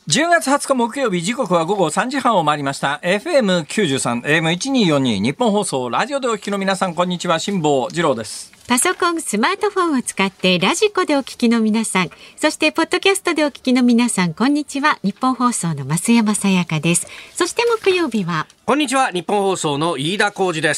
10月20日木曜日、時刻は午後3時半を回りました。 FM93 AM1242 日本放送ラジオでお聞きの皆さん、こんにちは。辛坊治郎です。 パソコン、スマートフォンを使ってラジコでお聞きの皆さん、そしてポッドキャストでお聞きの皆さん、こんにちは。日本放送の増山さやかです。そして木曜日は、 こんにちは。日本放送の飯田浩司です。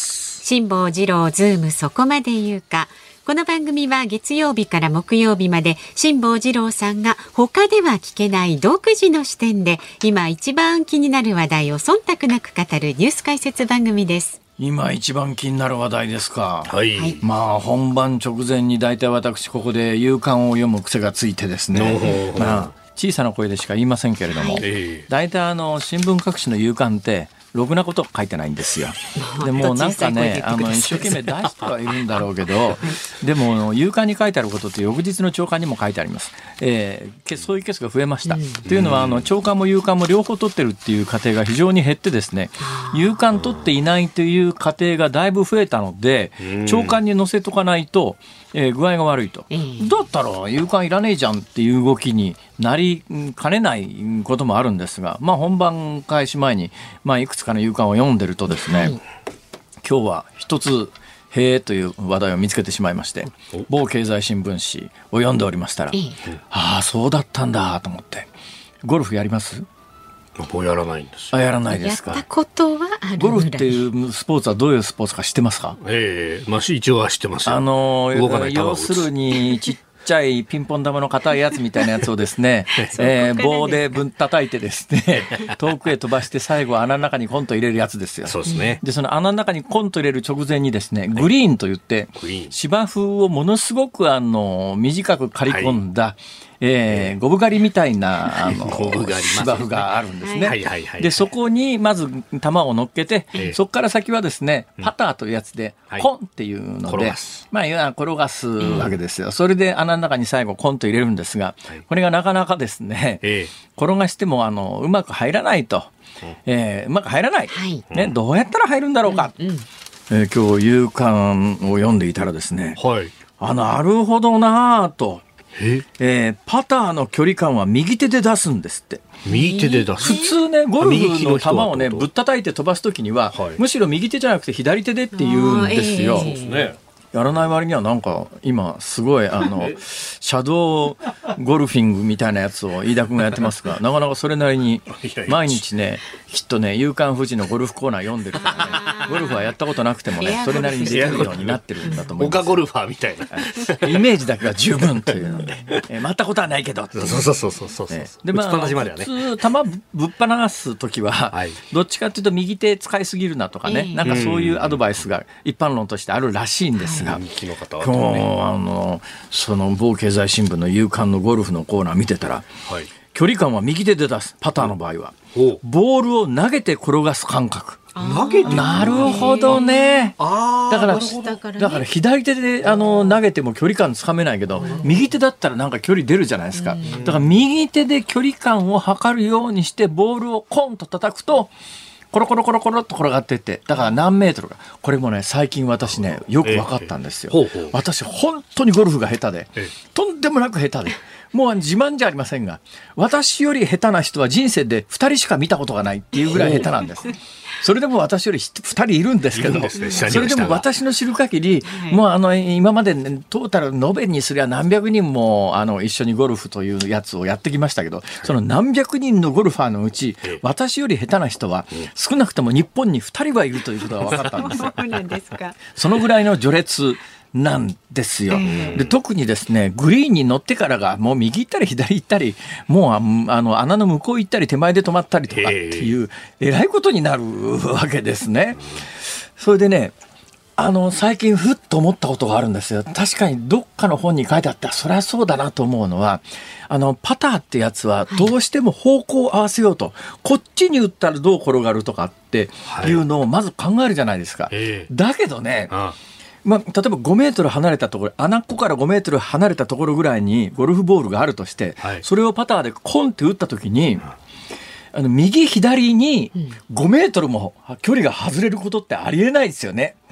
辛坊治郎ズームそこまで言うか。この番組は月曜日から木曜日まで辛坊治郎さんが他では聞けない独自の視点で今一番気になる話題を忖度なく語るニュース解説番組です。 今一番気になる話題ですか。 はい。 まあ本番直前に大体私ここで夕刊を読む癖がついてですね、小さな声でしか言いませんけれども、大体新聞各紙の夕刊ってろくなこと書いてないんですよ。でもなんかね、一生懸命出してはいるんだろうけどでも夕刊に書いてあることって翌日の朝刊にも書いてあります。そういうケースが増えました。というのは朝刊も夕刊も両方取ってるっていう家庭が非常に減ってですね、夕刊取っていないという家庭がだいぶ増えたので、朝刊に載せとかないと具合が悪いと、だったら夕刊いらねえじゃんっていう動きになりかねないこともあるんですが、本番開始前に、いくつかの夕刊を読んでるとですね、今日は一つへーという話題を見つけてしまいまして、某経済新聞紙を読んでおりましたら、ああそうだったんだと思って。ゴルフやります？ もうやらないんですよ。 やらないですか。 やったことはあるぐらい。 ゴルフっていうスポーツはどういうスポーツか知ってますか？ 一応は知ってますよ。動かない球を打つ。 要するにちっちゃいピンポン玉の硬いやつみたいなやつをですね棒でぶん叩いてですね遠くへ飛ばして最後穴の中にコンと入れるやつですよ。 そうですね。 でその穴の中にコンと入れる直前にですね、グリーンといって芝生をものすごく短く刈り込んだ、ゴブ狩りみたいな芝生があるんですね。でそこにまず球を乗っけて、そこから先はですねパターというやつでコンっていうので、転がすわけですよ。それで穴の中に最後コンと入れるんですが、これがなかなかですね、転がしてもうまく入らないと、うまく入らない、どうやったら入るんだろうか、今日夕刊を読んでいたらですね、なるほどなと、パターの距離感は右手で出すんですって。 右手で出す。 普通ね、ゴルフの球をねぶったたいて飛ばすときには、むしろ右手じゃなくて左手でって言うんですよ。そうですね。やらない割にはなんか今すごいシャドーゴルフィングみたいなやつを飯田君がやってますが、なかなかそれなりに毎日ねきっとね夕刊フジのゴルフコーナー読んでるからね、ゴルフはやったことなくてもねそれなりにできるようになってるんだと思います。 他ゴルファーみたいなイメージだけは十分というので全ったことはないけどそうで、普通球ぶっ放すときは、どっちかというと右手使いすぎるなとかね、なんかそういうアドバイスが一般論としてあるらしいんですが、今日その某経済新聞の夕刊のゴルフのコーナー見てたら、距離感は右手で出す。パターの場合はボールを投げて転がす感覚。なるほどね。だから左手で投げても距離感つかめないけど、右手だったらなんか距離出るじゃないですか。だから右手で距離感を測るようにしてボールをコンと叩くとコロコロコロコロっと転がっていって、だから何メートルか。これもね最近私ねよく分かったんですよ。私本当にゴルフが下手で、とんでもなく下手で、もう自慢じゃありませんが、私より下手な人は人生で2人しか見たことがないっていうぐらい下手なんです。それでも私より2人いるんですけど、それでも私の知る限り、もう今まで、トータル延べにすりゃ何百人も一緒にゴルフというやつをやってきましたけど、その何百人のゴルファーのうち私より下手な人は少なくとも日本に2人はいるということが分かったんですよ。 そうなんですか。 そのぐらいの序列なんですよ。で特にですねグリーンに乗ってからがもう右行ったり左行ったり、もう穴の向こう行ったり手前で止まったりとかっていうえらいことになるわけですね。それでね最近ふっと思ったことがあるんですよ。確かにどっかの本に書いてあったらそりゃそうだなと思うのは、パターってやつはどうしても方向を合わせようと、こっちに打ったらどう転がるとかっていうのをまず考えるじゃないですか。だけどね、例えば5メートル離れたところ、穴っこから5メートル離れたところぐらいにゴルフボールがあるとして、それをパターでコンって打った時に、右左に5メートルも距離が外れることってありえないですよね。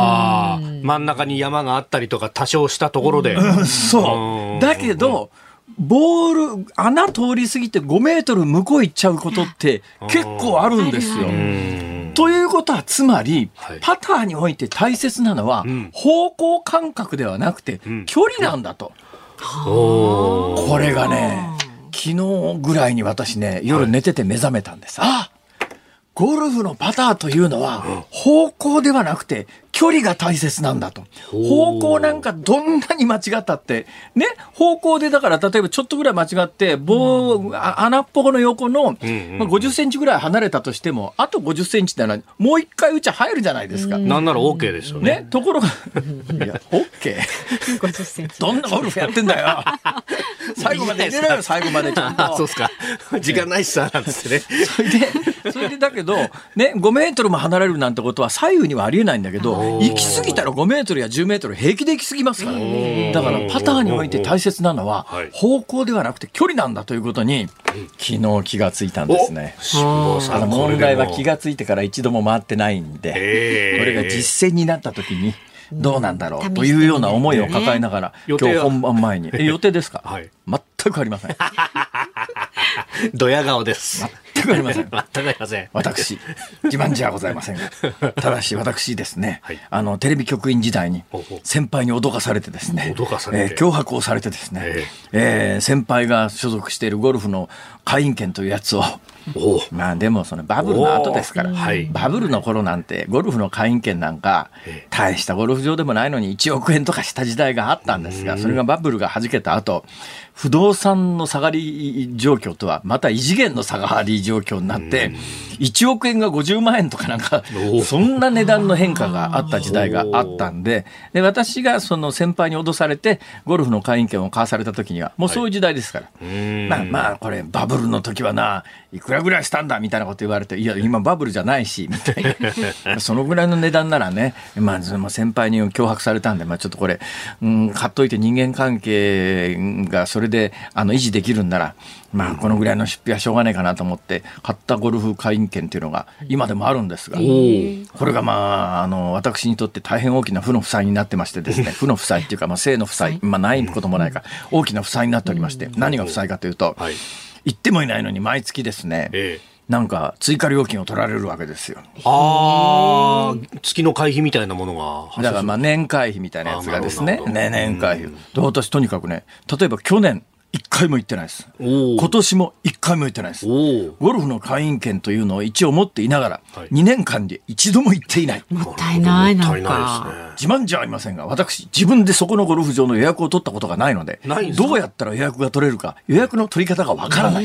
真ん中に山があったりとか多少したところで、 そうだけどボール穴通り過ぎて5メートル向こう行っちゃうことって結構あるんですよ。ということはつまりパターにおいて大切なのは方向感覚ではなくて距離なんだと。これがね、昨日ぐらいに私ね、夜寝てて目覚めたんです。ゴルフのパターというのは方向ではなくて距離が大切なんだと。方向なんかどんなに間違ったってね、方向でだから例えばちょっとぐらい間違って穴っぽこの横の50センチぐらい離れたとしても、あと50センチならもう一回打ち入るじゃないですか。 なんなら OK ですよね。 ところがいや OK 50センチどんなゴルフやってんだよ最後まで入れろよ、最後までちゃんと。 そうですか、時間ないっすなんですね。 それでだけどね、5メートルも離れるなんてことは左右にはありえないんだけど、行き過ぎたら5メートルや10メートル平気で行き過ぎますから。だからパターにおいて大切なのは方向ではなくて距離なんだということに昨日気がついたんですね。問題は気がついてから一度も回ってないんで、これが実践になった時にどうなんだろうというような思いを抱えながら、今日本番前に予定ですか？全くありません。 ドヤ顔です。 全くありません。 全くありません。 私自慢じゃございませんが、ただし私ですね、テレビ局員時代に先輩に脅かされてですね、脅迫をされてですね、先輩が所属しているゴルフの会員権というやつを、まあでもそのバブルの後ですから、バブルの頃なんてゴルフの会員権なんか大したゴルフ場でもないのに1億円とかした時代があったんですが、それがバブルが弾けた後、不動産の下がり状況とはまた異次元の下がり状況になって、1億円が50万円とかなんかそんな値段の変化があった時代があったんで、私がその先輩に脅されてゴルフの会員権を買わされた時にはもうそういう時代ですから、まあこれバブルの時はないくらぐらいしたんだみたいなこと言われて、いや今バブルじゃないしみたいなそのぐらいの値段ならね、先輩に脅迫されたんで、ちょっとこれ、買っといて人間関係がそれで維持できるんなら、このぐらいの出費はしょうがないかなと思って買ったゴルフ会員権というのが今でもあるんですが、これが私にとって大変大きな負の負債になってましてですね、負の負債っていうか正の負債、ないこともないか大きな負債になっておりまして、何が負債かというと、言ってもいないのに毎月ですね、なんか追加料金を取られるわけですよ。 月の会費みたいなものが、 だから年会費みたいなやつがですね、年会費で、私とにかくね、例えば去年1回も行ってないです。今年も1回も行ってないです。ゴルフの会員権というのを一応持っていながら、2年間で一度も行っていない。 もったいない。なんか自慢じゃありませんが、私自分でそこのゴルフ場の予約を取ったことがないので、どうやったら予約が取れるか予約の取り方がわからない。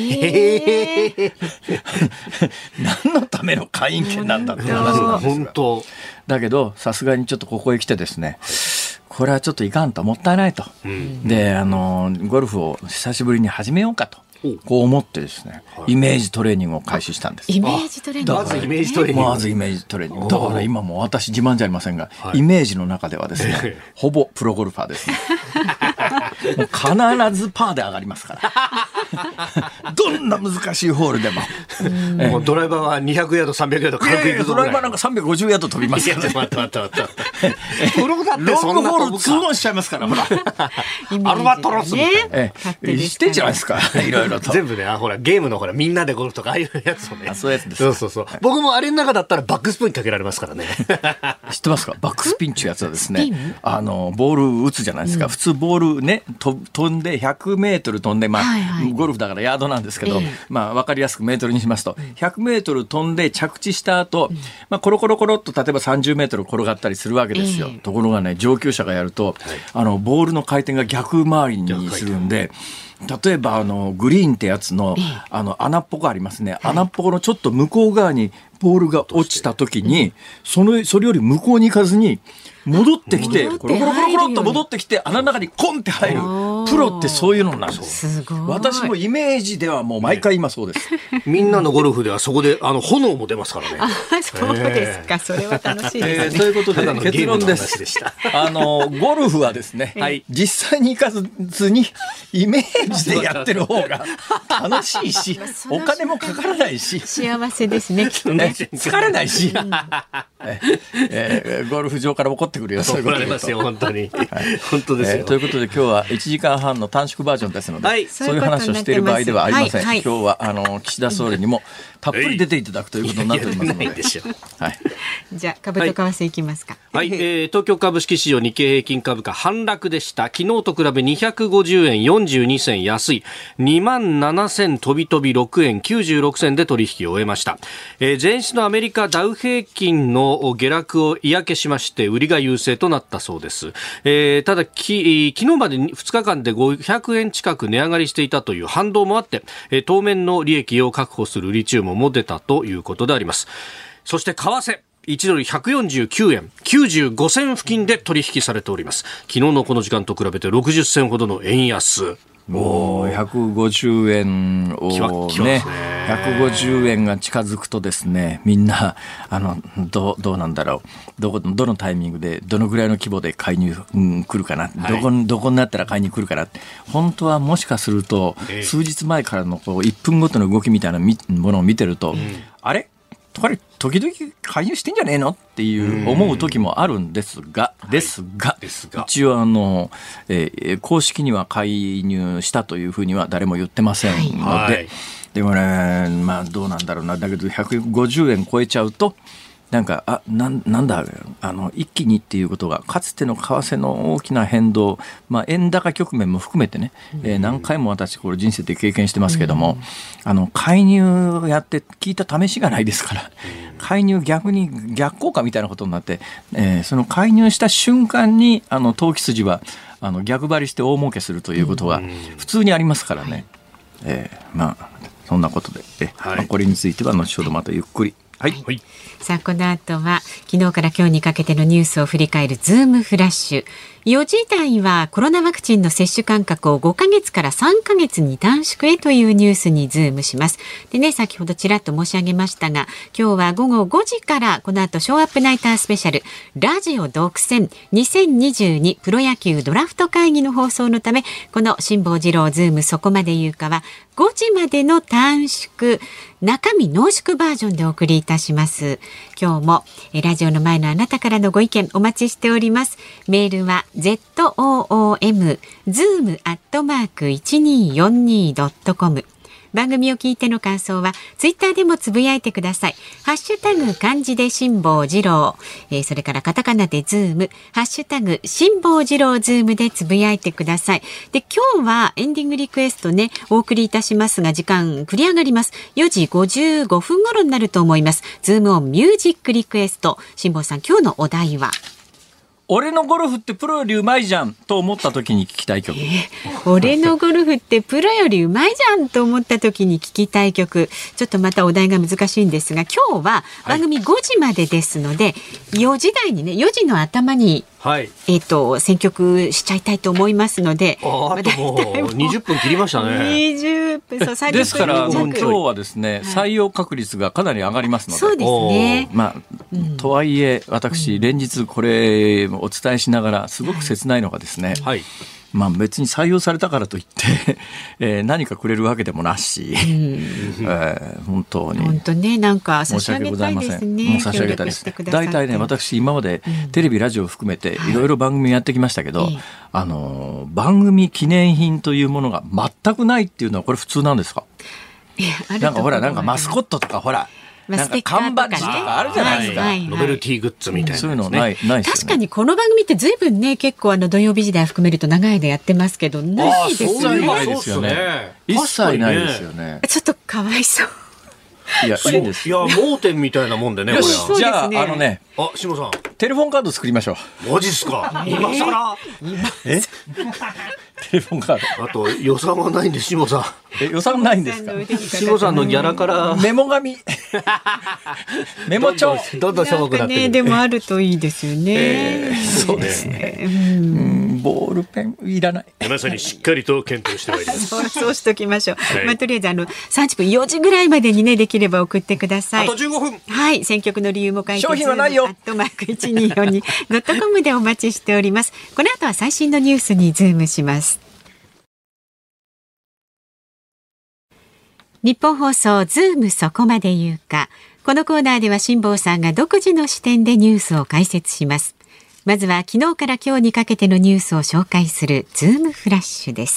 何のための会員権なんだって話なんですが、だけどさすがにちょっとここへ来てですね、これはちょっといかんと、もったいないと、でゴルフを久しぶりに始めようかとこう思ってですね、イメージトレーニングを開始したんです。 イメージトレーニング、 まずイメージトレーニング、 まずイメージトレーニングだから今も私自慢じゃありませんが、イメージの中ではですね、ほぼプロゴルファーですね。もう必ずパーで上がりますからどんな難しいホールでも、 もうドライバーは200ヤード300ヤード軽くいくぞぐらい、 ドライバーなんか350ヤード飛びますからね。 待ってプロだってそんなロングホール2オンしちゃいますから、ほらアルバトロスみたいなしてんじゃないですか、いろいろと全部ね、ほらゲームのほらみんなでゴルフとかああいうやつをね、 そういうやつです。 そう、僕もあれの中だったらバックスピンかけられますからね。 知ってますか？バックスピンっていうやつはですね、ボール打つじゃないですか、普通ボールね飛んで100メートル飛んで、ゴルフだからヤードなんですけど、分かりやすくメートルにしますと、100メートル飛んで着地した後、コロコロコロっと例えば30メートル転がったりするわけですよ。ところがね、上級者がやると、ボールの回転が逆回りにするんで、例えばグリーンってやつの穴っぽこありますね、穴っぽこのちょっと向こう側にボールが落ちた時に、それより向こうに行かずに戻ってきて、コロコロコロコロっと戻ってきて穴の中にコンって入るプロってそういうのなんです。 すごい。 私もイメージではもう毎回今そうです、 みんなのゴルフではそこで炎も出ますからね。 そうですか、それは楽しいですね。 ということで結論です。ゴルフはですね、実際に行かずにイメージでやってる方が楽しいしお金もかからないし幸せですね、きっとね。 疲れないし、ゴルフ場から怒ってくるよ。そういうこと怒られますよ本当に、本当ですよ。 ということで今日は1時間半の短縮バージョンですので、そういう話をしている場合ではありません。今日は岸田総理にもたっぷり出ていただくということになっておりますので、 じゃあ株と為替いきますか。 東京株式市場日経平均株価反落でした。昨日と比べ250円42銭安い 27,000 飛び飛び6円96銭で取引を終えました。前日のアメリカダウ平均の下落を嫌気しまして売りが優勢となったそうです。ただ昨日まで2日間で500円近く値上がりしていたという反動もあって、当面の利益を確保する売り注文も出たということであります。そして為替1ドル149円95銭付近で取引されております。昨日のこの時間と比べて60銭ほどの円安。 もう150円をね、150円が近づくとですね、みんなどうなんだろう、どのタイミングでどのぐらいの規模で買いに来るかな、どこになったら買いに来るかな、本当はもしかすると数日前からの1分ごとの動きみたいなものを見てると、あれこれ時々介入してんじゃねえのっていう思う時もあるんですが、一応公式には介入したというふうには誰も言ってませんので、でもね、どうなんだろうな。だけど150円超えちゃうとなんかなんだ一気にっていうことが、かつての為替の大きな変動、円高局面も含めてね、何回も私これ人生で経験してますけども、介入やって聞いた試しがないですから、介入逆に逆効果みたいなことになって、その介入した瞬間に投機筋は逆張りして大儲けするということは普通にありますからね。そんなことで、これについては後ほどまたゆっくり。 さあこの後は昨日から今日にかけてのニュースを振り返るズームフラッシュ。4時台はコロナワクチンの接種間隔を5ヶ月から3ヶ月に短縮へというニュースにズームします。でね、先ほどちらっと申し上げましたが、今日は午後5時からこの後ショーアップナイタースペシャルラジオ独占2022プロ野球ドラフト会議の放送のため、この辛坊治郎ズームそこまで言うかは5時までの短縮中身濃縮バージョンでお送りいたします。今日もラジオの前のあなたからのご意見お待ちしております。メールはzoom@1242.com。番組を聞いての感想はツイッターでもつぶやいてください。ハッシュタグ漢字で辛坊治郎、それからカタカナでズーム、ハッシュタグ辛坊治郎ズームでつぶやいてください。で、今日はエンディングリクエストねお送りいたしますが、時間繰り上がります。4時55分頃になると思います。ズームオンミュージックリクエスト。辛坊さん、今日のお題は俺のゴルフってプロよりうまいじゃんと思った時に聞きたい曲。 俺のゴルフってプロよりうまいじゃんと思った時に聞きたい曲。ちょっとまたお題が難しいんですが、今日は番組5時までですので、4時台にね、4時の頭に選曲しちゃいたいと思いますので、 あともう20分切りましたね。 20分、そう、30分ですから今日はですね、採用確率がかなり上がりますので、 そうですね。 とはいえ私連日これお伝えしながらすごく切ないのがですね、別に採用されたからといって、何かくれるわけでもなし、本当ね、なんか差し上げたいですね。差し上げたいです。大体ね、私今までテレビラジオを含めていろいろ番組やってきましたけど、番組記念品というものが全くないっていうのはこれ普通なんですか？なんかほら、なんかマスコットとかほら、なんか缶バッジとかあるじゃないですか。 ノベルティーグッズみたいな、 そういうのないですよね。 確かにこの番組ってずいぶんね、結構土曜日時代含めると長い間やってますけど、ないですよね。 ないですよね。一切ないですよね。 ちょっとかわいそう。 いや、いいんです。 いや、盲点みたいなもんでね。 よし、じゃあ下さん、 テレフォンカード作りましょう。 マジっすか？今更？ テレフォンカード。 あと予算はないんで、下さん。 予算ないんですか？ 下さんのギャラからメモ紙メモ帳どんどんしょぼくなってる。 でもあるといいですよね。 そうですね。ボールペンいらない。 まさにしっかりと検討してまいります。 そうしときましょう。とりあえず30分4時ぐらいまでにね、できれば送ってください。 あと15分。 はい、選曲の理由も書いて、 商品はないよ。 @1242.com でお待ちしております。この後は最新のニュースにズームします。日本放送ズームそこまで言うか。 このコーナーでは辛坊さんが独自の視点でニュースを解説します。まずは昨日から今日にかけてのニュースを紹介するズームフラッシュです。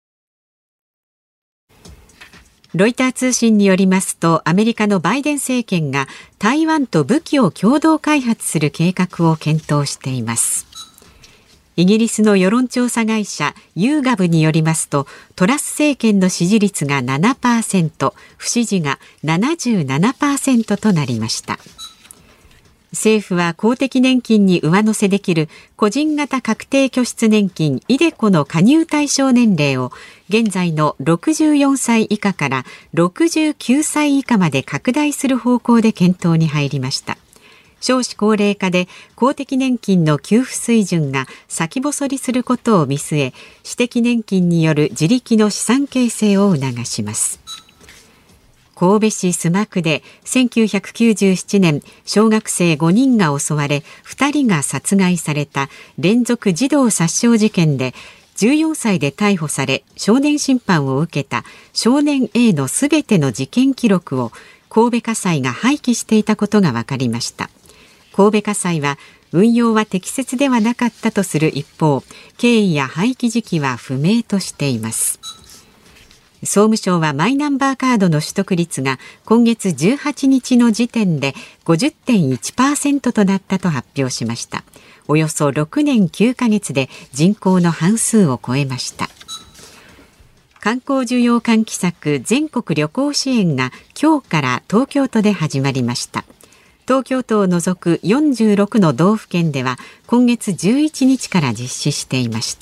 ロイター通信によりますと、アメリカのバイデン政権が台湾と武器を共同開発する計画を検討しています。イギリスの世論調査会社ユーガブによりますと、トラス政権の支持率が 7%、不支持が 77% となりました。政府は公的年金に上乗せできる個人型確定拠出年金iDeCoの加入対象年齢を現在の64歳以下から69歳以下まで拡大する方向で検討に入りました。少子高齢化で公的年金の給付水準が先細りすることを見据え、私的年金による自力の資産形成を促します。神戸市須磨区で1997年小学生5人が襲われ2人が殺害された連続児童殺傷事件で、14歳で逮捕され少年審判を受けた少年 A のすべての事件記録を神戸家裁が廃棄していたことが分かりました。神戸家裁は運用は適切ではなかったとする一方、経緯や廃棄時期は不明としています。総務省はマイナンバーカードの取得率が今月18日の時点で 50.1% となったと発表しました。およそ6年9ヶ月で人口の半数を超えました。観光需要喚起策全国旅行支援が今日から東京都で始まりました。東京都を除く46の道府県では今月11日から実施していました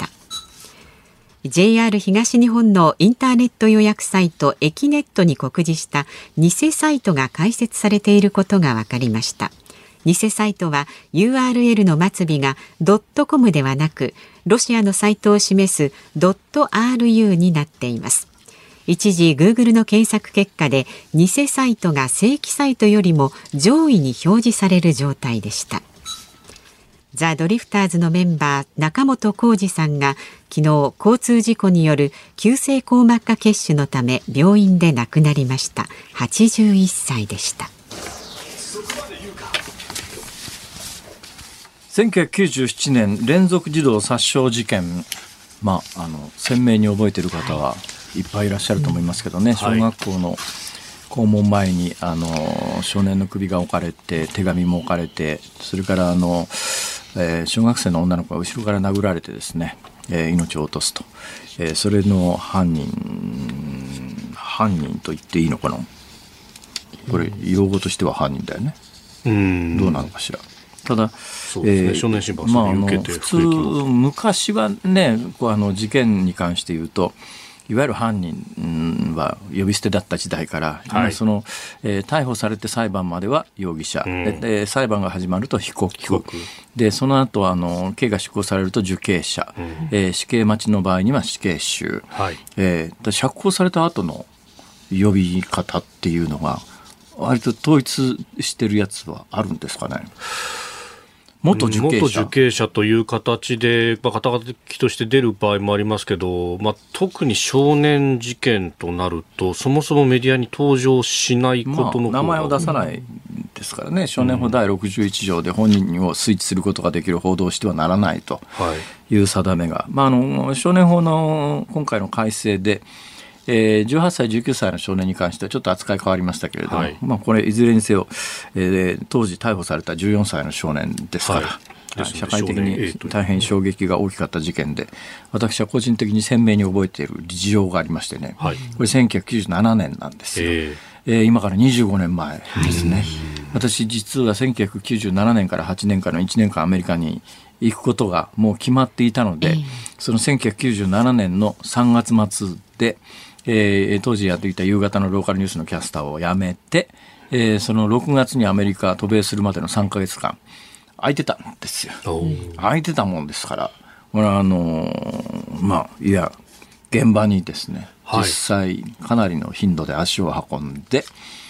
。JR 東日本のインターネット予約サイトエキネットに酷似した偽サイトが開設されていることが分かりました。偽サイトは URL の末尾が .com ではなくロシアのサイトを示す .ru になっています。一時 Google の検索結果で偽サイトが正規サイトよりも上位に表示される状態でした。ザ・ドリフターズのメンバー中本浩二さんが昨日交通事故による急性硬膜下血腫のため病院で亡くなりました。81歳でした。 1997年連続児童殺傷事件、鮮明に覚えている方はいっぱいいらっしゃると思いますけどね、小学校の校門前に少年の首が置かれて手紙も置かれて、それから小学生の女の子が後ろから殴られてですね、命を落とすと、それの犯人と言っていいのかな、これ用語としては犯人だよね。どうなのかしら。ただそうですね、少年審判を受けて普通昔はね、事件に関して言うといわゆる犯人は呼び捨てだった時代から、逮捕されて裁判までは容疑者、で裁判が始まると被告で、その後刑が執行されると受刑者、死刑待ちの場合には死刑囚、釈放された後の呼び方っていうのが割と統一してるやつはあるんですかね。元受刑者という形で、肩書きとして出る場合もありますけど、特に少年事件となるとそもそもメディアに登場しないことの方が、 名前を出さないですからね。少年法第61条で本人を推知することができる報道をしてはならないという定めが、少年法の今回の改正で18歳19歳の少年に関してはちょっと扱い変わりましたけれども、これいずれにせよ、当時逮捕された14歳の少年ですから、社会的に大変衝撃が大きかった事件で、私は個人的に鮮明に覚えている事情がありましてね、これ1997年なんですよ。今から25年前ですね。私実は1997年から8年間の1年間アメリカに行くことがもう決まっていたので、その1997年の3月末で当時やっていた夕方のローカルニュースのキャスターを辞めて、その6月にアメリカ渡米するまでの3ヶ月間空いてたんですよ。空いてたもんですから、これはいや現場にですね、実際かなりの頻度で足を運んで、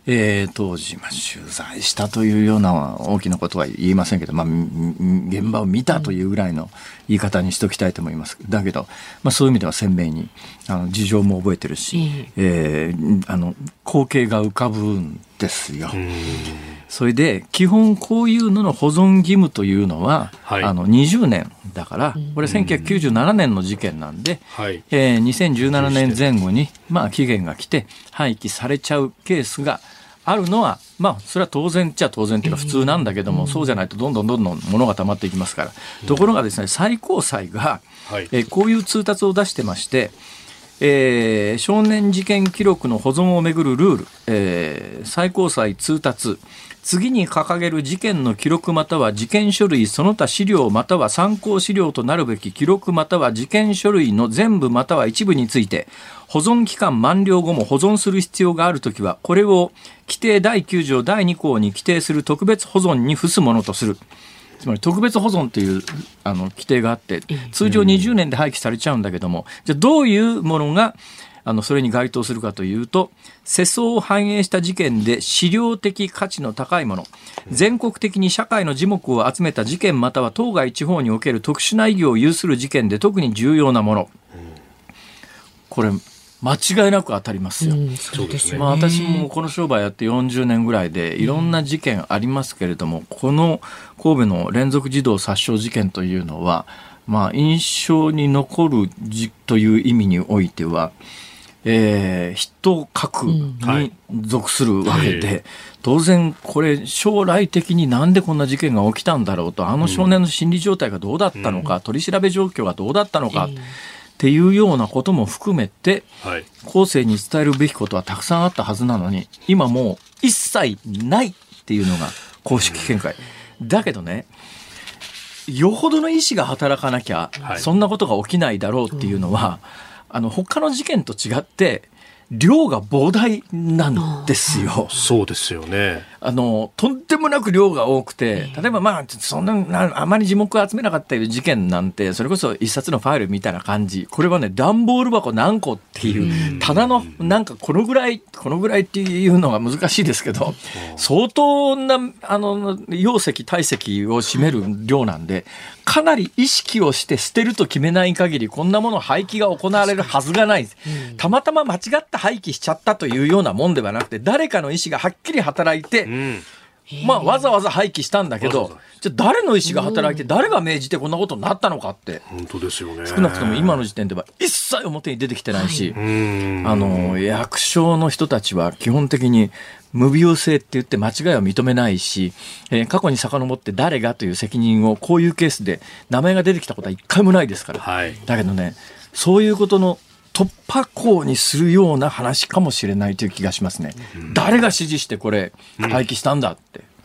当時、取材したというような大きなことは言いませんけど、現場を見たというぐらいの言い方にしておきたいと思います。だけど、そういう意味では鮮明に事情も覚えてるし、光景が浮かぶんですよ。それで基本こういうのの保存義務というのは、20年だから、これ1997年の事件なんで、2017年前後に期限が来て廃棄されちゃうケースがあるのは、それは当然っちゃ当然っていうか普通なんだけども、そうじゃないとどんどん物が溜まっていきますから。ところがですね、最高裁が、こういう通達を出してまして、少年事件記録の保存をめぐるルール、最高裁通達、次に掲げる事件の記録または事件書類その他資料または参考資料となるべき記録または事件書類の全部または一部について保存期間満了後も保存する必要があるときはこれを規定第9条第2項に規定する特別保存に付すものとする。つまり特別保存という規定があって通常20年で廃棄されちゃうんだけども、じゃあどういうものがそれに該当するかというと、世相を反映した事件で資料的価値の高いもの、全国的に社会の耳目を集めた事件または当該地方における特殊な意義を有する事件で特に重要なもの、これ間違いなく当たりますよ。 そうですね。 私もこの商売やって40年ぐらいでいろんな事件ありますけれども、この神戸の連続児童殺傷事件というのは、印象に残るという意味においては、筆頭格に属するわけで、当然これ将来的になんでこんな事件が起きたんだろうと、少年の心理状態がどうだったのか、取り調べ状況がどうだったのか、っていうようなことも含めて、後世に伝えるべきことはたくさんあったはずなのに、今もう一切ないっていうのが公式見解。だけどね、よほどの意思が働かなきゃ、そんなことが起きないだろうっていうのは、他の事件と違って量が膨大なんですよ。 そうですよね。 とんでもなく量が多くて、例えばそんなあまり耳目を集めなかった事件なんて、それこそ一冊のファイルみたいな感じ。これはね、段ボール箱何個っていう棚のなんかこのぐらいっていうのが難しいですけど、相当な容積体積を占める量なんで、かなり意識をして捨てると決めない限りこんなもの廃棄が行われるはずがないです。たまたま間違った廃棄しちゃったというようなもんではなくて、誰かの意思がはっきり働いて、わざわざ廃棄したんだけど、じゃあ誰の意思が働いて誰が命じてこんなことになったのかって、 本当ですよね。 少なくとも今の時点では一切表に出てきてないし、役所の人たちは基本的に無病性って言って間違いは認めないし、過去に遡って誰がという責任をこういうケースで名前が出てきたことは一回もないですから、だけどね、そういうことの突破口にするような話かもしれないという気がしますね。誰が指示してこれ廃棄したんだって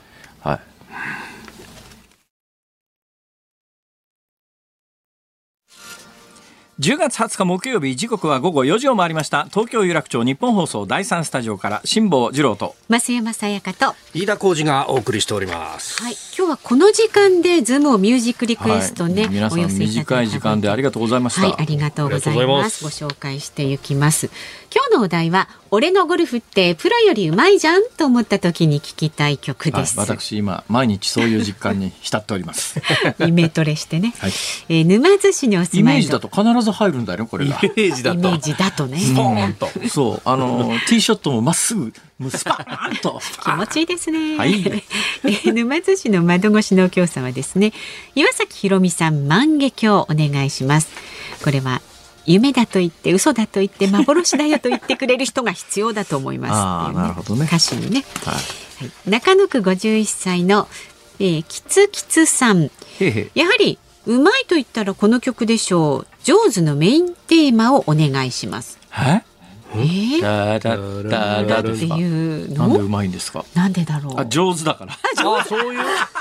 。10月20日木曜日、時刻は午後4時を回りました。東京有楽町日本放送第3スタジオから辛坊治郎と増山さやかと飯田浩司がお送りしております。 今日はこの時間でズームをミュージックリクエストね、 皆さん短い時間でありがとうございました。 ありがとうございます。ご紹介していきます。今日のお題は、俺のゴルフってプロよりうまいじゃんと思った時に聴きたい曲です。 私今毎日そういう実感に浸っておりますイメトレしてね、沼津市にお住まいのイメージだと必ず入るんだよ、これがイメージだとね、 スポーンとそうティーショットもまっすぐスパーンと気持ちいいですね、沼津市の窓越しのお京さんはですね、岩崎宏美さん万華鏡お願いします。これは夢だと言って嘘だと言って幻だよと言ってくれる人が必要だと思いますっていう、 なるほどね、 歌詞にね、中野区51歳の、キツキツさん、やはりうまいと言ったらこの曲でしょう。ジョーズのメインテーマをお願いします。 ダダダダっていうの。なんでうまいんですか。 なんでだろう。 上手だから。 そういう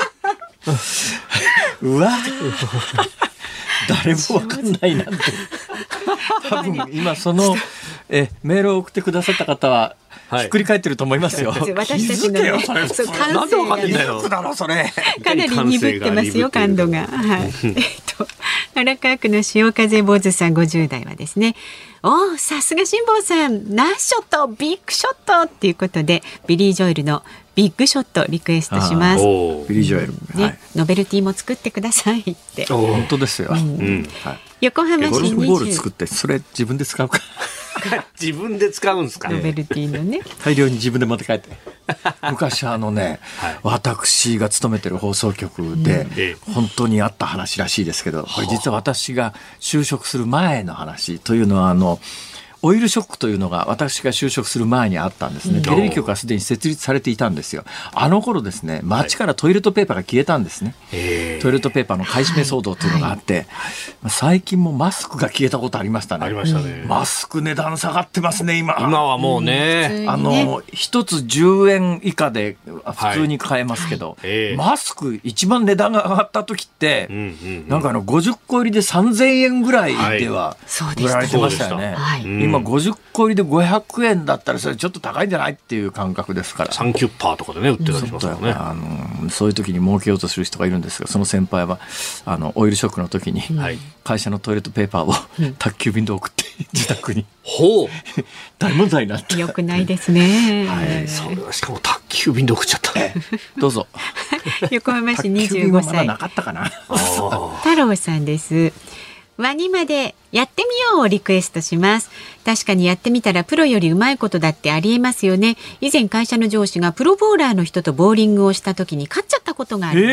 うわ誰もわかんないなんて多分今そのメールを送ってくださった方はひっくり返ってると思いますよ。 私たちの、ね、 なんでわかんないんだよ。 かなり鈍ってますよ、感度が。荒川区の潮風坊主さん50代はですね、さすが辛坊さん、ナイスショット、ビッグショットっていうことで、ビリー・ジョエルのビッグショットリクエストします。 ビリー・ジョエル、 ね、ノベルティも作ってくださいって。 本当ですよ。 横浜市ゴルフボール作ってそれ自分で使うか。 自分で使うんですか。 ノベルティのね、 大量に自分で持って帰って。昔私が勤めてる放送局で本当にあった話らしいですけど、これ実は私が就職する前の話というのはオイルショックというのが私が就職する前にあったんですね。テレビ局はすでに設立されていたんですよ。あの頃ですね、街からトイレットペーパーが消えたんですね。トイレットペーパーの買い占め騒動というのがあって、最近もマスクが消えたことありましたね。 ありましたね。 マスク値段下がってますね、今はもうね、 一つ10円以下で普通に買えますけど、マスク一番値段が上がった時って、なんか50個入りで3000円ぐらいでは売られてましたよね。今50個入りで500円だったらそれちょっと高いんじゃないっていう感覚ですから、 サンキュッパーとかでね売ってたりしますからね。 そういう時に儲けようとする人がいるんですが、その先輩はオイルショックの時に会社のトイレットペーパーを宅急便で送って自宅に大問題になって、 よくないですね。 それはしかも宅急便で送っちゃった。 どうぞ。 横浜市25歳なかったかな。 太郎さんです。ワニまでやってみようをリクエストします。確かにやってみたらプロよりうまいことだってありえますよね。以前会社の上司がプロボーラーの人とボーリングをした時に勝っちゃったことがあります。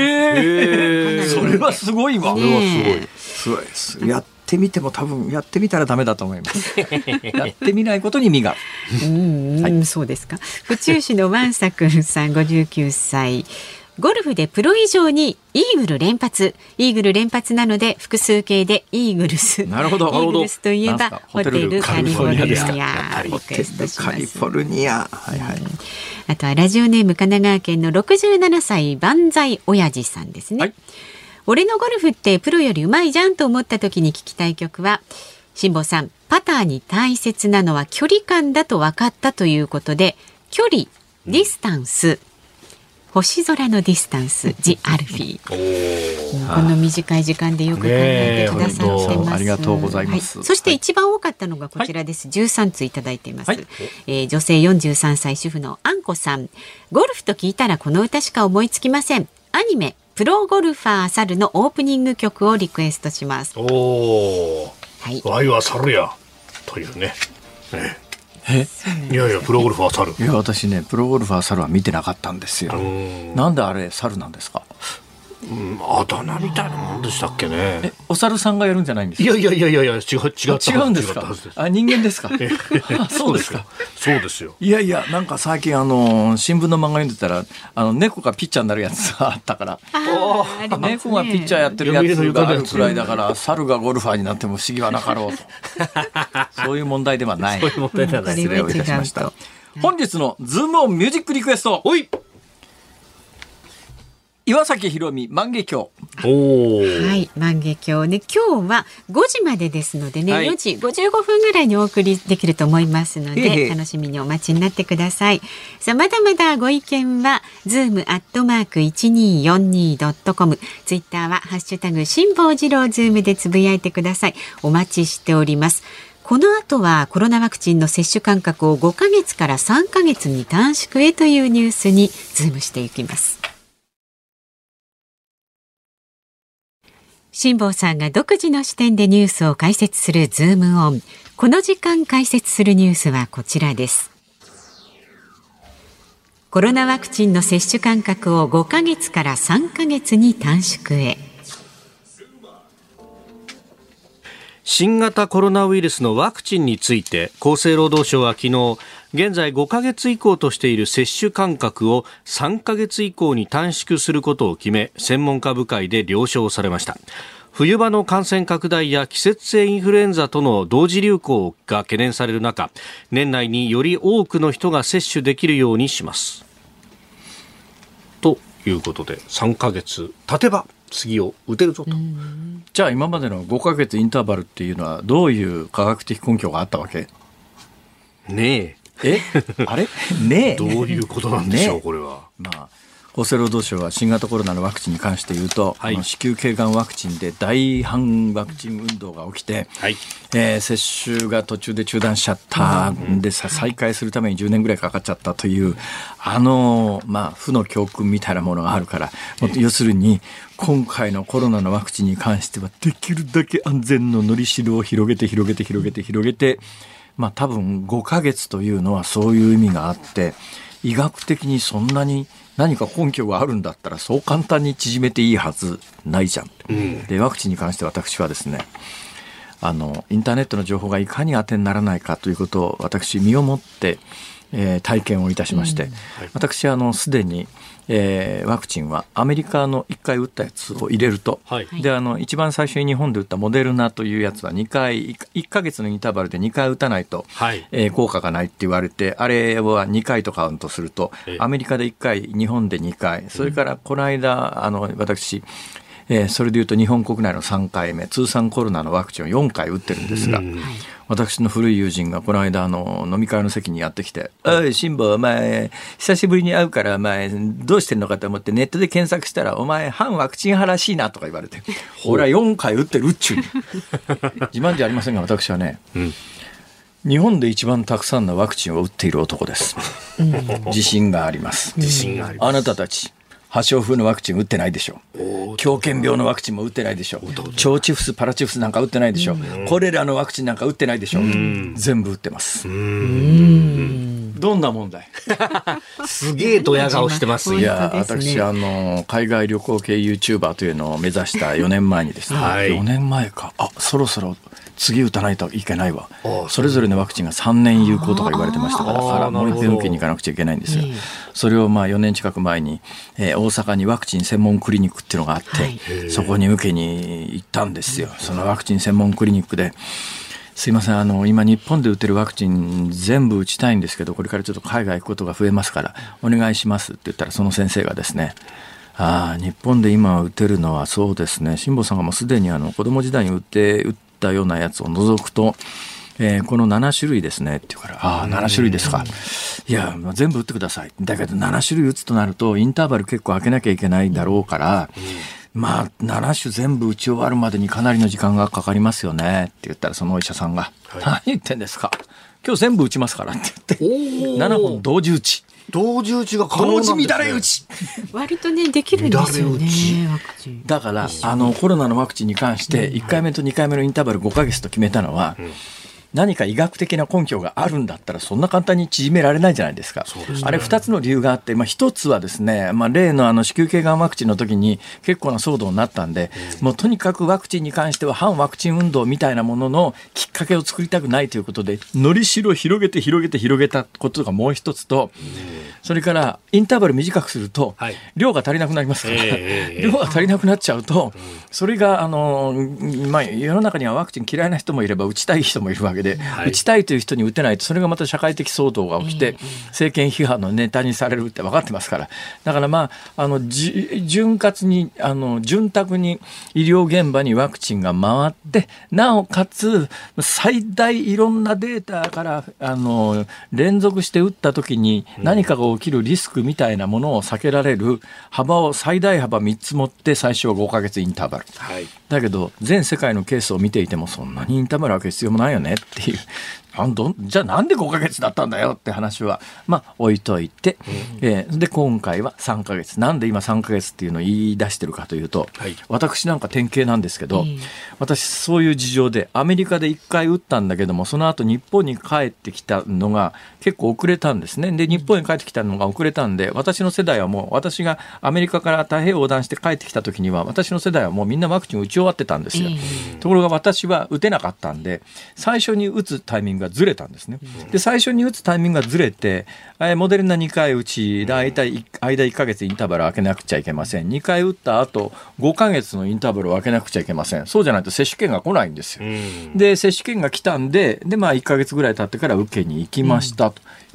それはすごいわ。 ね、 すごいです。やってみても多分やってみたらダメだと思います。やってみないことに身が。 そうですか。府中市のワンサ君さん59歳。ゴルフでプロ以上にイーグル連発。イーグル連発なので複数形でイーグルス。 なるほど。 イーグルスといえばホテルカリフォルニア。 ホテルカリフォルニア。 あとはラジオネーム神奈川県の67歳万歳親父さんですね。俺のゴルフってプロよりうまいじゃんと思った時に聞きたい曲は、辛坊さん、パターに大切なのは距離感だと分かったということで、距離、ディスタンス、星空のディスタンス、ジ・アルフィー。この短い時間でよく考えてくださってます。 ありがとうございます。 そして一番多かったのがこちらです。13通いただいています。女性43歳主婦のあんこさん。ゴルフと聞いたらこの歌しか思いつきません。アニメプロゴルファー猿のオープニング曲をリクエストします。 ワイは猿やというね。いやいやプロゴルファー猿。 いや私ねプロゴルファー猿は見てなかったんですよ。なんであれ猿なんですか。 あだ名みたいなもんでしたっけね。 お猿さんがやるんじゃないんですか。 いや違うんですか。人間ですか。そうですか。 そうですよ。 いやなんか最近新聞の漫画読んでたら猫がピッチャーになるやつがあったから、猫がピッチャーやってるやつがあるくらいだから猿がゴルファーになっても不思議はなかろうと。そういう問題ではない。 そういう問題ではない。 失礼をいたしました。本日のズームオンミュージックリクエスト。岩崎宏美万華鏡。 万華鏡ね、今日は5時までですのでね、4時55分ぐらいにお送りできると思いますので、楽しみにお待ちになってください。さあまだまだご意見は zoom@1242.com、 ツイッターはハッシュタグ辛坊治郎ズームでつぶやいてください。お待ちしております。この後はコロナワクチンの接種間隔を5ヶ月から3ヶ月に短縮へというニュースにズームしていきます。辛坊さんが独自の視点でニュースを解説するズームオン。この時間解説するニュースはこちらです。コロナワクチンの接種間隔を5ヶ月から3ヶ月に短縮へ。 新型コロナウイルスのワクチンについて厚生労働省は昨日、現在5ヶ月以降としている接種間隔を3ヶ月以降に短縮することを決め、専門家部会で了承されました。冬場の感染拡大や季節性インフルエンザとの同時流行が懸念される中、年内により多くの人が接種できるようにします。ということで、3ヶ月経てば次を打てるぞと。 じゃあ今までの5ヶ月インターバルっていうのはどういう科学的根拠があったわけ？ ねえあれねえどういうことなんでしょう、ね、これは。 厚生労働省は新型コロナのワクチンに関して言うと、はい、子宮頸がんワクチンで大反ワクチン運動が起きて、はい接種が途中で中断しちゃったんで再開するために10年ぐらいかかっちゃったという負の教訓みたいなものがあるから、要するに今回のコロナのワクチンに関してはできるだけ安全ののりしろを広げて多分5ヶ月というのはそういう意味があって、医学的にそんなに何か根拠があるんだったらそう簡単に縮めていいはずないじゃん、でワクチンに関して私はですねインターネットの情報がいかに当てにならないかということを私身をもって、体験をいたしまして、私すでに、ワクチンはアメリカの1回打ったやつを入れると、で一番最初に日本で打ったモデルナというやつは2回1ヶ月のインターバルで2回打たないと、効果がないって言われて、あれは2回とカウントすると、アメリカで1回日本で2回、それからこの間私それでいうと日本国内の3回目通算コロナのワクチンを4回打ってるんですが、私の古い友人がこの間飲み会の席にやってきて、おい辛坊お前久しぶりに会うからお前どうしてんのかと思ってネットで検索したらお前反ワクチン派らしいなとか言われて、俺は4回打ってるっちゅう自慢じゃありませんが私はね、日本で一番たくさんのワクチンを打っている男です、自信があります。あなたたち破傷風のワクチン打ってないでしょ。狂犬病のワクチンも打ってないでしょ。腸チフスパラチフスなんか打ってないでしょ。コレラのワクチンなんか打ってないでしょ。全部打ってます。どんな問題すげえドヤ顔してます。 いや私海外旅行系 YouTuber というのを目指した4年前にですね、4年前かそろそろ次打たないといけないわ。それぞれのワクチンが3年有効とか言われてましたからもう一遍受けに行かなくちゃいけないんですよ。それを4年近く前に、大阪にワクチン専門クリニックっていうのがあって、そこに受けに行ったんですよ。そのワクチン専門クリニックですいません今日本で打てるワクチン全部打ちたいんですけど、これからちょっと海外行くことが増えますからお願いしますって言ったら、その先生がですね、日本で今打てるのはそうですね、辛坊さんがもうすでに子供時代に打ったようなやつを除くと、この7種類ですねって言うから、7種類ですか、いや全部打ってください。だけど7種類打つとなるとインターバル結構空けなきゃいけないだろうから、7種全部打ち終わるまでにかなりの時間がかかりますよねって言ったら、そのお医者さんが、何言ってんですか、今日全部打ちますからって言って7本同時打ちが可能なんですね。同時乱れ打ち割とねできるんですよね。ワクチンだからコロナのワクチンに関して1回目と2回目のインターバル5ヶ月と決めたのは、何か医学的な根拠があるんだったらそんな簡単に縮められないじゃないですか。あれ2つの理由があって、1つはですね、例の子宮頸がんワクチンの時に結構な騒動になったんで、もうとにかくワクチンに関しては反ワクチン運動みたいなもののきっかけを作りたくないということで、のりしろを広げたことがもう一つと、それからインターバル短くすると量が足りなくなりますから、量が足りなくなっちゃうと、それが世の中にはワクチン嫌いな人もいれば打ちたい人もいるわけで、打ちたいという人に打てないと、それがまた社会的騒動が起きて政権批判のネタにされるって分かってますから。だから潤滑に潤沢に医療現場にワクチンが回って、なおかつ最大いろんなデータから連続して打った時に何かが起きるリスクみたいなものを避けられる幅を最大幅3つ持って、最初は5ヶ月インターバル、だけど全世界のケースを見ていてもそんなにインターバルを空ける必要もないよねっていう、じゃあなんで5ヶ月だったんだよって話は置いといて、で今回は3ヶ月。なんで今3ヶ月っていうのを言い出してるかというと、私なんか典型なんですけど、私そういう事情でアメリカで1回打ったんだけども、その後日本に帰ってきたのが結構遅れたんですね。で日本に帰ってきたのが遅れたんで、私の世代はもう、私がアメリカから太平洋横断して帰ってきた時には私の世代はもうみんなワクチン打ち終わってたんですよ。ところが私は打てなかったんで、最初に打つタイミングがずれたんですね。で最初に打つタイミングがずれて、モデルナ2回打ち、大体間1ヶ月インターバルを空けなくちゃいけません。2回打った後5ヶ月のインターバルを空けなくちゃいけません。そうじゃないと接種券が来ないんですよ。で接種券が来たんで、1ヶ月ぐらい経ってから受けに行きましたと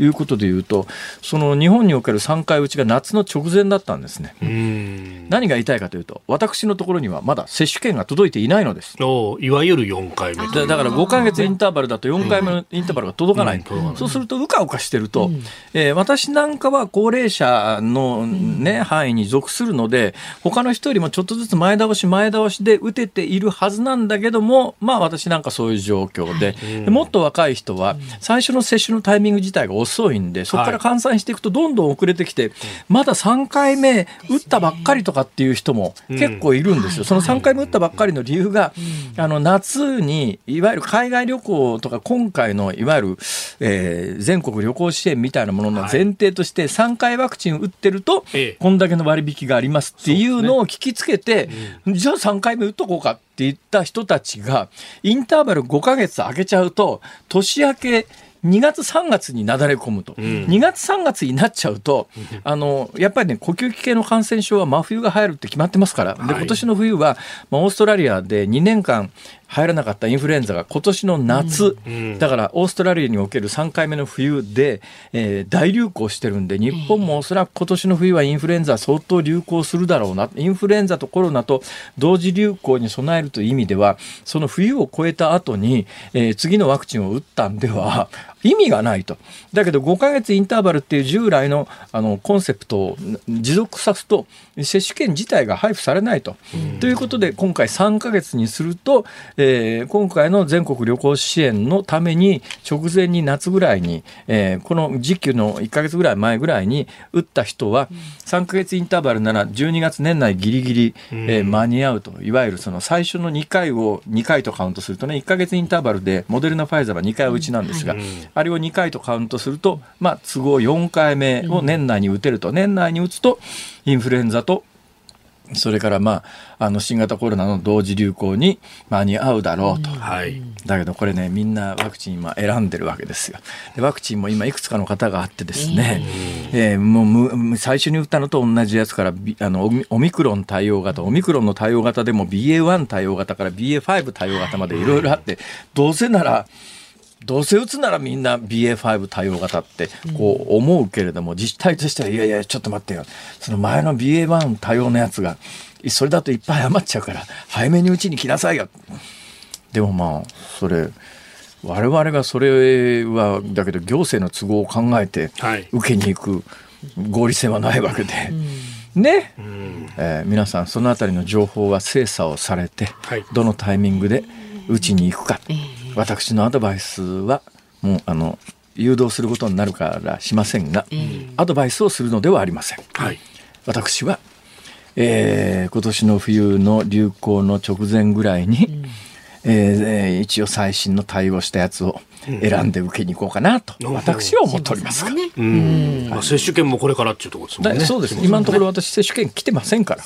いうことでいうと、その日本における3回打ちが夏の直前だったんですね。何が言いたいかというと、私のところにはまだ接種券が届いていないのです。 いわゆる4回目だから5ヶ月インターバルだと4回目のインターバルが届かない、そうするとうかうかしてると、私なんかは高齢者の、範囲に属するので、他の人よりもちょっとずつ前倒しで打てているはずなんだけども、私なんかそういう状況で、もっと若い人は最初の接種のタイミング自体が遅いんで、そこから換算していくとどんどん遅れてきて、まだ3回目打ったばっかりとかっていう人も結構いるんですよ。その3回目打ったばっかりの理由が、夏にいわゆる海外旅行とか、今回のいわゆる、全国旅行支援みたいなものの前提として、3回ワクチン打ってるとこんだけの割引がありますっていうのを聞きつけて、じゃあ3回目打っとこうかって言った人たちが、インターバル5ヶ月空けちゃうと、年明け2月3月になだれ込むと、2月3月になっちゃうと、やっぱりね、呼吸器系の感染症は真冬が流行るって決まってますから。で、今年の冬は、オーストラリアで2年間流行らなかったインフルエンザが今年の夏、だからオーストラリアにおける3回目の冬で、大流行してるんで、日本もおそらく今年の冬はインフルエンザ相当流行するだろうな。インフルエンザとコロナと同時流行に備えるという意味では、その冬を越えた後に、次のワクチンを打ったんでは意味がないと。だけど5ヶ月インターバルっていう従来の、コンセプトを持続さすと、接種券自体が配布されないと、ということで今回3ヶ月にすると、今回の全国旅行支援のために直前に夏ぐらいに、この時期の1ヶ月ぐらい前ぐらいに打った人は3ヶ月インターバルなら12月年内ギリギリ、間に合うと。いわゆるその最初の2回を2回とカウントするとね、1ヶ月インターバルでモデルナファイザーは2回打ちなんですが、あれを2回とカウントすると、都合4回目を年内に打てると。年内に打つとインフルエンザとそれから新型コロナの同時流行に間に合うだろうと、だけどこれね、みんなワクチン今選んでるわけですよ。でワクチンも今いくつかの方があってですね、もう最初に打ったのと同じやつからオミクロン対応型、オミクロンの対応型でも BA.1 対応型から BA.5 対応型までいろいろあって、どうせ打つならみんな BA.5 対応型ってこう思うけれども、自治体としてはいやいやちょっと待ってよ、その前の BA.1 対応のやつがそれだといっぱい余っちゃうから早めにうちに来なさいよ。でもそれ我々がそれはだけど行政の都合を考えて受けに行く合理性はないわけで、ね、皆さんそのあたりの情報は精査をされて、どのタイミングでうちに行くか、私のアドバイスはもう誘導することになるからしませんが、アドバイスをするのではありません。私は、今年の冬の流行の直前ぐらいに、一応最新の対応したやつを選んで受けに行こうかなと私は思っておりますが、 接種券もこれからっていうところですもんね。 そうです。今のところ私接種券来てませんから。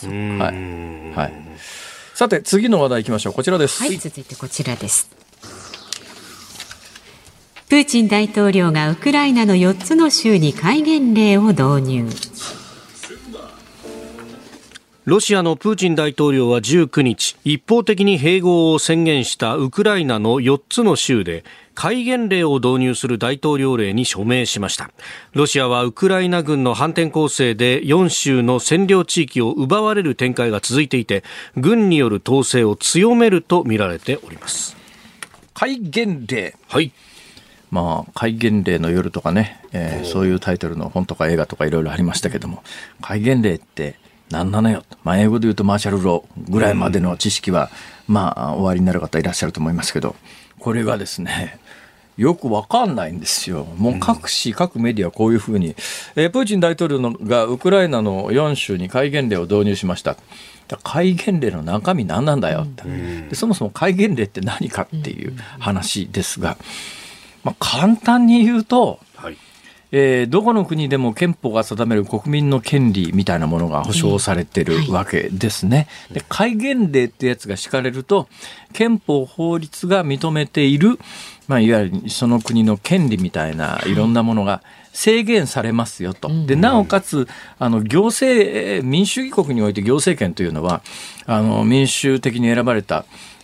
さて次の話題いきましょう。こちらです。 続いてこちらです。プーチン大統領がウクライナの4つの州に戒厳令を導入。 ロシアのプーチン大統領は19日、一方的に併合を宣言したウクライナの4つの州で戒厳令を導入する大統領令に署名しました。ロシアはウクライナ軍の反転攻勢で4州の占領地域を奪われる展開が続いていて、軍による統制を強めると見られております。 戒厳令、戒厳令の夜とかね、そういうタイトルの本とか映画とかいろいろありましたけども、戒厳令って何なのよ、英語で言うとマーシャルローぐらいまでの知識はおありになる方いらっしゃると思いますけど、これがですねよくわかんないんですよ。もう各メディアはこういうふうに、プーチン大統領がウクライナの4州に戒厳令を導入しました。戒厳令の中身何なんだよって、でそもそも戒厳令って何かっていう話ですが、簡単に言うと、どこの国でも憲法が定める国民の権利みたいなものが保障されてるわけですね。で戒厳令ってやつが敷かれると、憲法法律が認めている、いわゆるその国の権利みたいないろんなものが制限されますよと。でなおかつ民主主義国において行政権というのは民主的に選ばれた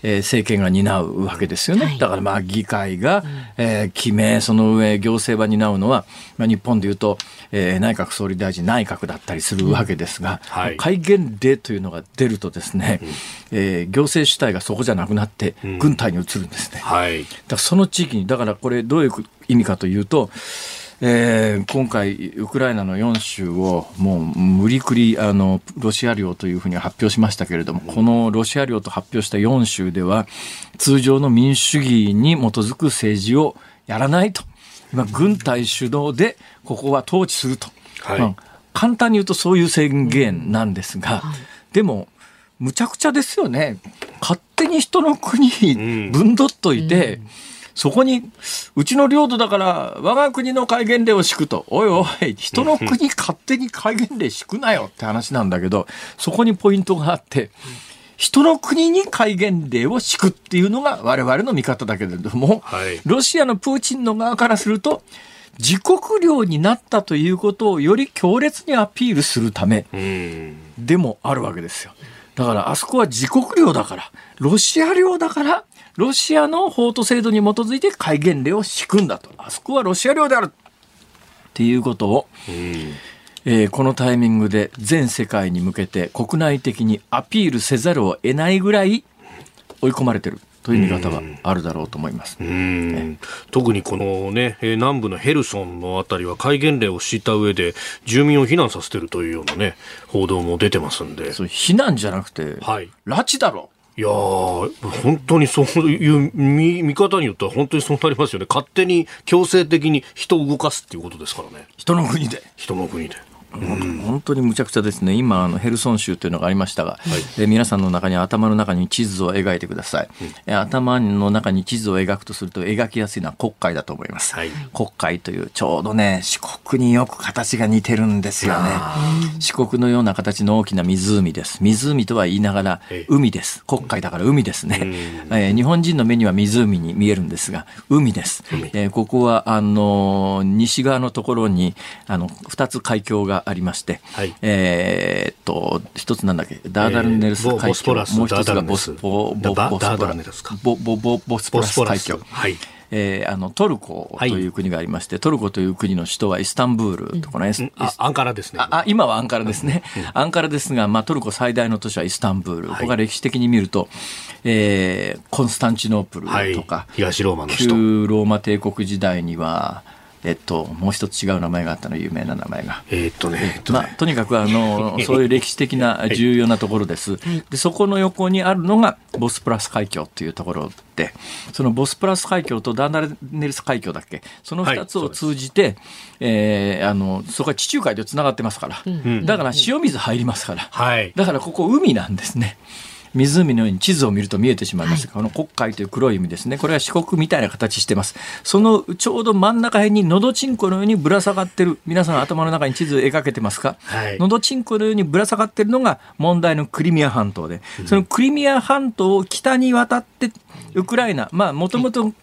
政権が担うわけですよね。だから議会が、決め、その上行政は担うのは、日本でいうと、内閣総理大臣内閣だったりするわけですが、戒厳令というのが出るとですね、行政主体がそこじゃなくなって軍隊に移るんですね。だからその地域に、だからこれどういう意味かというと、今回ウクライナの4州をもう無理くりロシア領というふうに発表しましたけれども、このロシア領と発表した4州では通常の民主主義に基づく政治をやらないと、今軍隊主導でここは統治すると、簡単に言うとそういう宣言なんですが、でもむちゃくちゃですよね。勝手に人の国に分取っといて、そこにうちの領土だから我が国の戒厳令を敷くと、おいおい人の国勝手に戒厳令敷くなよって話なんだけど、そこにポイントがあって、人の国に戒厳令を敷くっていうのが我々の見方だけれども、ロシアのプーチンの側からすると自国領になったということをより強烈にアピールするためでもあるわけですよ。だからあそこは自国領だから、ロシア領だから、ロシアの法と制度に基づいて戒厳令を敷くんだと、あそこはロシア領であるっていうことを、このタイミングで全世界に向けて国内的にアピールせざるを得ないぐらい追い込まれてるという見方があるだろうと思います。 特にこのね、南部のヘルソンのあたりは戒厳令を敷いた上で住民を避難させてるというようなね、報道も出てますんで。 そう、避難じゃなくて、拉致だろ。 いやー、本当にそういう見方によっては本当にそうなりますよね。勝手に強制的に人を動かすっていうことですからね。 人の国で。本当にむちゃくちゃですね。今ヘルソン州というのがありましたが、皆さんの中に頭の中に地図を描いてください。頭の中に地図を描くとすると描きやすいのは黒海だと思います。黒海というちょうどね、四国によく形が似てるんですよね。四国のような形の大きな湖です。湖とは言いながら海です。黒海だから海ですね。日本人の目には湖に見えるんですが海です。ここは西側のところに2つ海峡がありまして、一つなんだっけ、ダーダルネルス海峡、もう一つがボスポラス海峡。トルコという国がありまして、トルコという国の首都はイスタンブールとかね、 アンカラですね。 今はアンカラですね。アンカラですが、トルコ最大の都市はイスタンブール。ここが歴史的に見ると、コンスタンチノープルとか、 東ローマの首都。 旧ローマ帝国時代にはもう一つ違う名前があったの、有名な名前が。とにかくそういう歴史的な重要なところです。で、そこの横にあるのがボスプラス海峡というところで、そのボスプラス海峡とダーダルネルス海峡だっけ、その2つを通じて、そこは地中海でつながってますから、だから塩水入りますから、だからここ海なんですね。湖のように地図を見ると見えてしまいますが、この黒海という黒い海ですね、これは四国みたいな形してます。そのちょうど真ん中辺にのどちんこのようにぶら下がってる、皆さん頭の中に地図を描けてますか。のどちんこのようにぶら下がってるのが問題のクリミア半島で、そのクリミア半島を北に渡ってウクライナ、もともと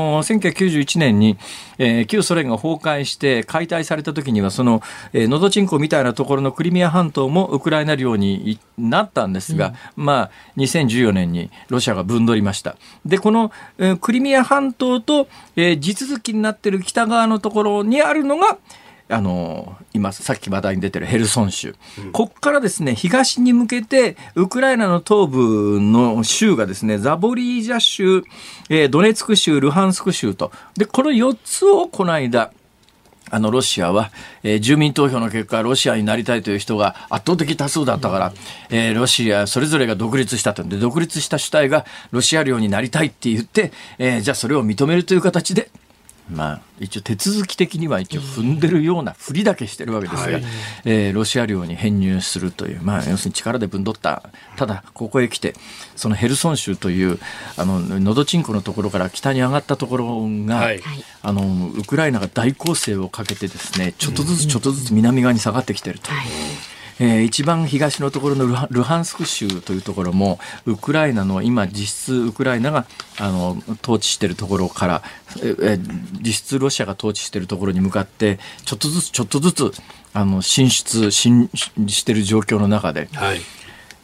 1991年に、旧ソ連が崩壊して解体された時にはそののどちんこみたいなところのクリミア半島もウクライナ領になったんですが、2014年にロシアが分取りました。で、このクリミア半島と地続きになっている北側のところにあるのが今さっき話題に出てるヘルソン州、ここからですね東に向けてウクライナの東部の州がですね、ザボリージャ州、ドネツク州、ルハンスク州と、でこの4つをこの間ロシアは、住民投票の結果ロシアになりたいという人が圧倒的多数だったから、ロシアそれぞれが独立したと。で独立した主体がロシア領になりたいって言って、じゃあそれを認めるという形で、一応手続き的には一応踏んでるようなふりだけしてるわけですが、ロシア領に編入するという、要するに力で分取った。ただここへ来てそのヘルソン州というのどちんこのところから北に上がったところが、ウクライナが大攻勢をかけてですね、ちょっとずつ南側に下がってきていると。一番東のところのルハンスク州というところもウクライナの今実質ウクライナが統治しているところから実質ロシアが統治しているところに向かってちょっとずつ進出している状況の中で、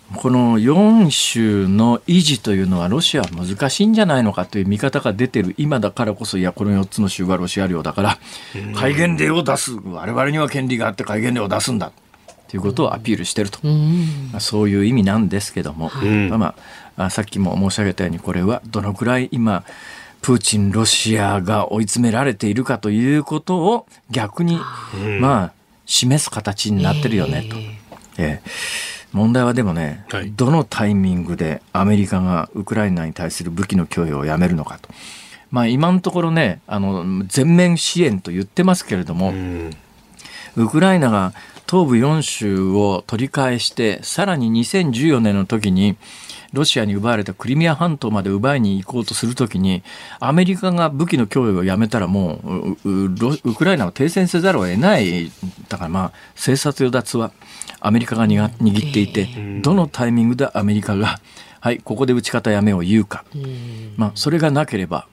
この4州の維持というのはロシアは難しいんじゃないのかという見方が出てる今だからこそ、いやこの4つの州はロシア領だから戒厳令を出す、我々には権利があって戒厳令を出すんだということをアピールしていると、そういう意味なんですけども、さっきも申し上げたように、これはどのくらい今プーチンロシアが追い詰められているかということを逆に示す形になってるよねと。問題はでもね、どのタイミングでアメリカがウクライナに対する武器の供与をやめるのかと。今のところね、全面支援と言ってますけれども、ウクライナが東部4州を取り返して、さらに2014年の時にロシアに奪われたクリミア半島まで奪いに行こうとするときに、アメリカが武器の供与をやめたらもうウクライナを停戦せざるを得ない。だから生殺与奪はアメリカが握っていて、どのタイミングでアメリカがはいここで撃ち方やめを言うか、それがなければ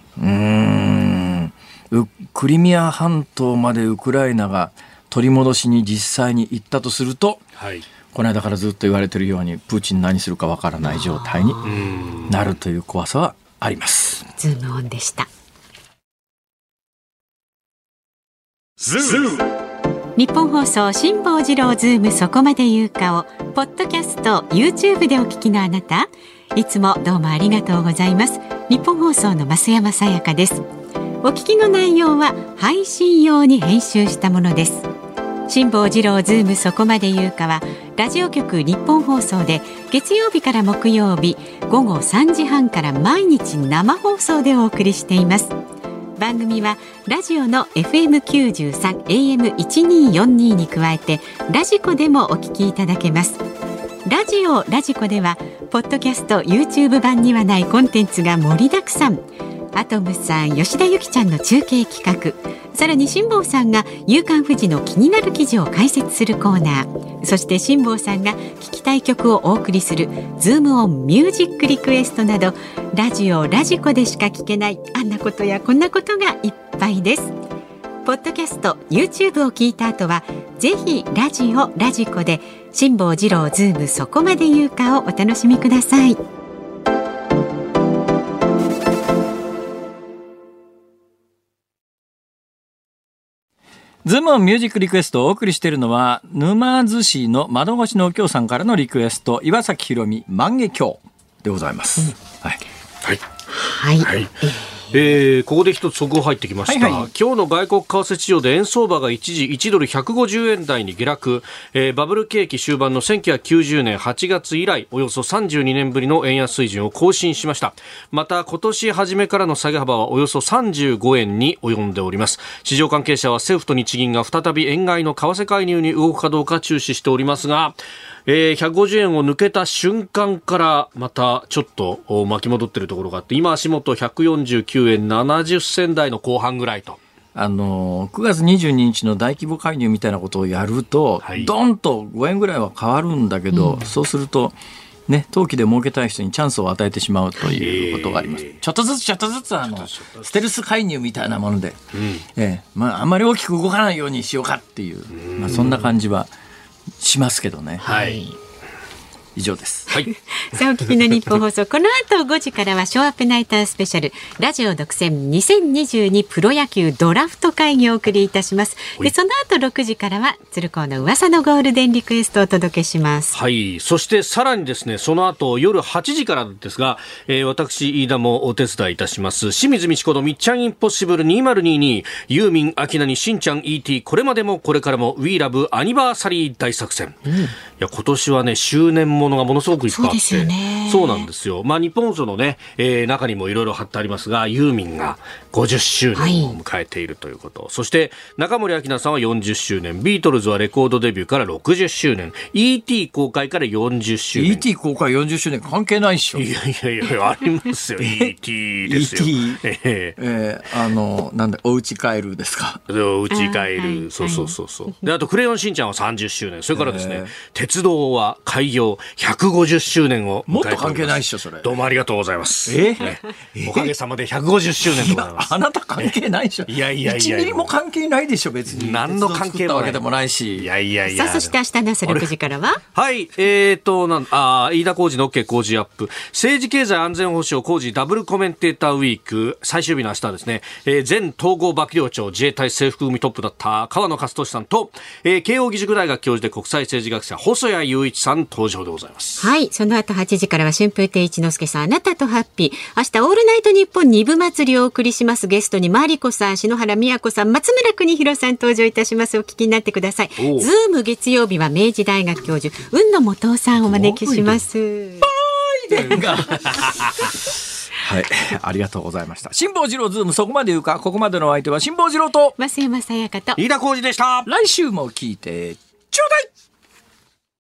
クリミア半島までウクライナが取り戻しに実際に行ったとすると、この間からずっと言われているようにプーチン何するかわからない状態になるという怖さはあります。 ズームオンでした。日本放送辛坊治郎ズームそこまで言うかをポッドキャスト YouTube でお聞きのあなた、いつもどうもありがとうございます。日本放送の増山さやかです。お聞きの内容は配信用に編集したものです。辛坊治郎ズームそこまで言うかはラジオ局日本放送で月曜日から木曜日午後3時半から毎日生放送でお送りしています。番組はラジオの FM93 AM1242 に加えてラジコでもお聞きいただけます。ラジコではポッドキャスト YouTube 版にはないコンテンツが盛りだくさん。アトムさん、吉田ゆきちゃんの中継企画、さらに辛坊さんが夕刊フジの気になる記事を解説するコーナー、そして辛坊さんが聞きたい曲をお送りするズームオンミュージックリクエストなど、ラジコでしか聞けないあんなことやこんなことがいっぱいです。ポッドキャスト YouTube を聞いた後はぜひラジコで辛坊治郎ズームそこまで言うかをお楽しみください。 ズームオンミュージックリクエストをお送りしているのは、沼津市の窓越しのお京さんからのリクエスト、岩崎宏美万華鏡でございます。 ここで一つ速報入ってきました。今日の外国為替市場で円相場が一時1ドル150円台に下落、バブル景気終盤の1990年8月以来およそ32年ぶりの円安水準を更新しました。また今年初めからの下げ幅はおよそ35円に及んでおります。市場関係者は政府と日銀が再び円買いの為替介入に動くかどうか注視しておりますが、150円を抜けた瞬間からまたちょっと巻き戻っているところがあって、今足元149円70銭台の後半ぐらいと。 9月22日の大規模介入みたいなことをやると、ドンと5円ぐらいは変わるんだけど、そうすると投機で儲けたい人にチャンスを与えてしまうということがあります。ちょっとずつステルス介入みたいなもので、あんまり大きく動かないようにしようかっていう、そんな感じはしますけどね。以上です。 さあお聞きの日本放送、この後5時からはショーアップナイタースペシャル、ラジオ独占2022プロ野球ドラフト会議をお送りいたします。でその後6時からは鶴光の噂のゴールデンリクエストをお届けします。 そしてさらにですね、その後夜8時からですが、私飯田もお手伝いいたします清水美智子のみっちゃんインポッシブル2022、ユーミン、アキナにしんちゃん ET、 これまでもこれからも We Love アニバーサリー大作戦、いや今年はね周年ものがものすごくいっぱいあって、そうなんですよ。日本放送のね、中にもいろいろ貼ってありますが、ユーミンが50周年を迎えているということ、そして中森明菜さんは40周年、ビートルズはレコードデビューから60周年、 ET 公開から40周年。 ET 公開40周年関係ないっしょ。 いやありますよET ですよ。 なんだおうち帰るですか。 おうち帰る、そうで、あとクレヨンしんちゃんは30周年、それからですね、鉄道は開業 150周年をもっと関係ないっしょそれ。 どうもありがとうございます。おかげさまで150周年でございます。 あなた関係ないでしょ。 いや 1ミリも関係ないでしょ別に。 何の関係もない。 わけでもないし。 いやさあそして明日の朝6時からははい飯田浩司の OK 工事アップ、政治経済安全保障工事ダブルコメンテーターウィーク最終日の明日はですね、前統合幕僚長自衛隊制服組トップだった川野勝利さんと、慶應義塾大学教授で国際政治学者細谷雄一さん登場でございます。 はい、その後8時からは春風亭一之輔さん、あなたとハッピー。明日オールナイトニッポン2部祭りをお送りします。ゲストにマリコさん、篠原宮子さん、松村邦弘さん登場いたします。お聞きになってください。ズーム月曜日は明治大学教授雲野元夫さんをお招きします。 バイデンがはい、ありがとうございました。辛坊治郎ズームそこまで言うか。ここまでのお相手は辛坊治郎と増山さやかと飯田浩司でした。 来週も聞いてちょうだい。